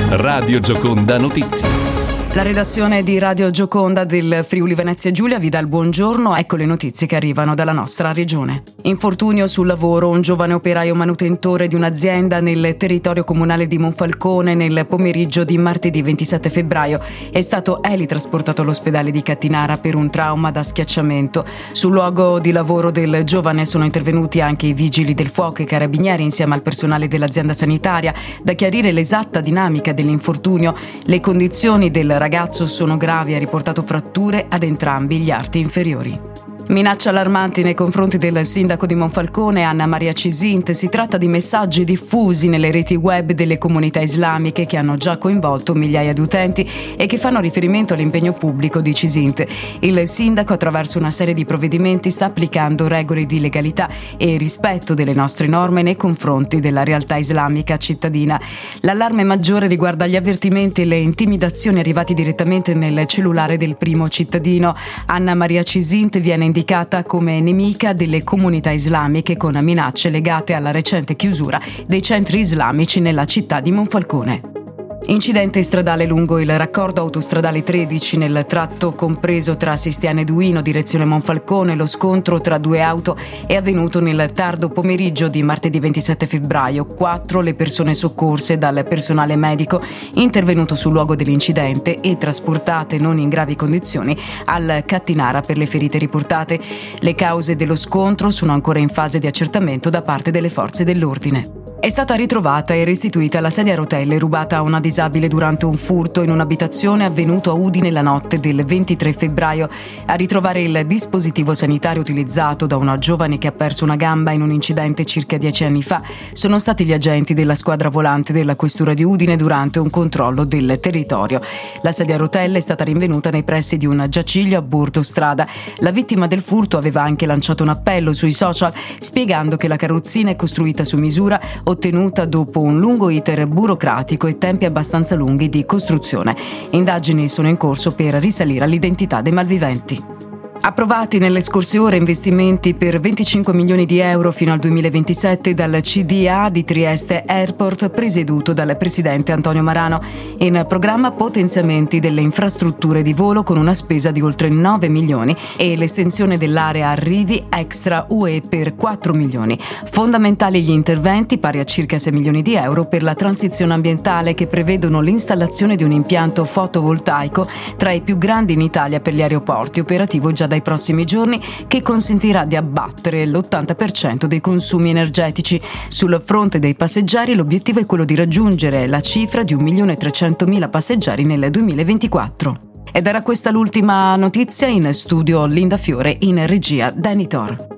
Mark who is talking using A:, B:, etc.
A: Radio Gioconda Notizie.
B: La redazione di Radio Gioconda del Friuli Venezia Giulia vi dà il buongiorno. Ecco le notizie che arrivano dalla nostra regione. Infortunio sul lavoro. Un giovane operaio manutentore di un'azienda nel territorio comunale di Monfalcone nel pomeriggio di martedì 27 febbraio è stato elitrasportato all'ospedale di Cattinara per un trauma da schiacciamento. Sul luogo di lavoro del giovane sono intervenuti anche i vigili del fuoco e i carabinieri insieme al personale dell'azienda sanitaria. Da chiarire l'esatta dinamica dell'infortunio. Le condizioni del ragazzo sono gravi, ha riportato fratture ad entrambi gli arti inferiori. Minacce allarmanti nei confronti del sindaco di Monfalcone, Anna Maria Cisint. Si tratta di messaggi diffusi nelle reti web delle comunità islamiche che hanno già coinvolto migliaia di utenti e che fanno riferimento all'impegno pubblico di Cisint. Il sindaco, attraverso una serie di provvedimenti, sta applicando regole di legalità e rispetto delle nostre norme nei confronti della realtà islamica cittadina. L'allarme maggiore riguarda gli avvertimenti e le intimidazioni arrivati direttamente nel cellulare del primo cittadino. Anna Maria Cisint viene indicata come nemica delle comunità islamiche con minacce legate alla recente chiusura dei centri islamici nella città di Monfalcone. Incidente stradale lungo il raccordo autostradale 13 nel tratto compreso tra Sistiane e Duino, direzione Monfalcone. Lo scontro tra due auto è avvenuto nel tardo pomeriggio di martedì 27 febbraio. 4 le persone soccorse dal personale medico intervenuto sul luogo dell'incidente e trasportate non in gravi condizioni al Cattinara per le ferite riportate. Le cause dello scontro sono ancora in fase di accertamento da parte delle forze dell'ordine. È stata ritrovata e restituita la sedia a rotelle rubata a una disabile durante un furto in un'abitazione avvenuto a Udine la notte del 23 febbraio. A ritrovare il dispositivo sanitario utilizzato da una giovane che ha perso una gamba in un incidente circa 10 anni fa sono stati gli agenti della squadra volante della questura di Udine durante un controllo del territorio. La sedia a rotelle è stata rinvenuta nei pressi di un giaciglio a bordo strada. La vittima del furto aveva anche lanciato un appello sui social spiegando che la carrozzina è costruita su misura, ottenuta dopo un lungo iter burocratico e tempi abbastanza lunghi di costruzione. Indagini sono in corso per risalire all'identità dei malviventi. Approvati nelle scorse ore investimenti per 25 milioni di euro fino al 2027 dal CDA di Trieste Airport, presieduto dal presidente Antonio Marano. In programma potenziamenti delle infrastrutture di volo con una spesa di oltre 9 milioni e l'estensione dell'area arrivi extra UE per 4 milioni. Fondamentali gli interventi, pari a circa 6 milioni di euro, per la transizione ambientale, che prevedono l'installazione di un impianto fotovoltaico tra i più grandi in Italia per gli aeroporti, operativo già dai prossimi giorni, che consentirà di abbattere l'80% dei consumi energetici. Sul fronte dei passeggeri l'obiettivo è quello di raggiungere la cifra di 1.300.000 passeggeri nel 2024. Ed era questa l'ultima notizia. In studio Linda Fiore, in regia Danny Thor.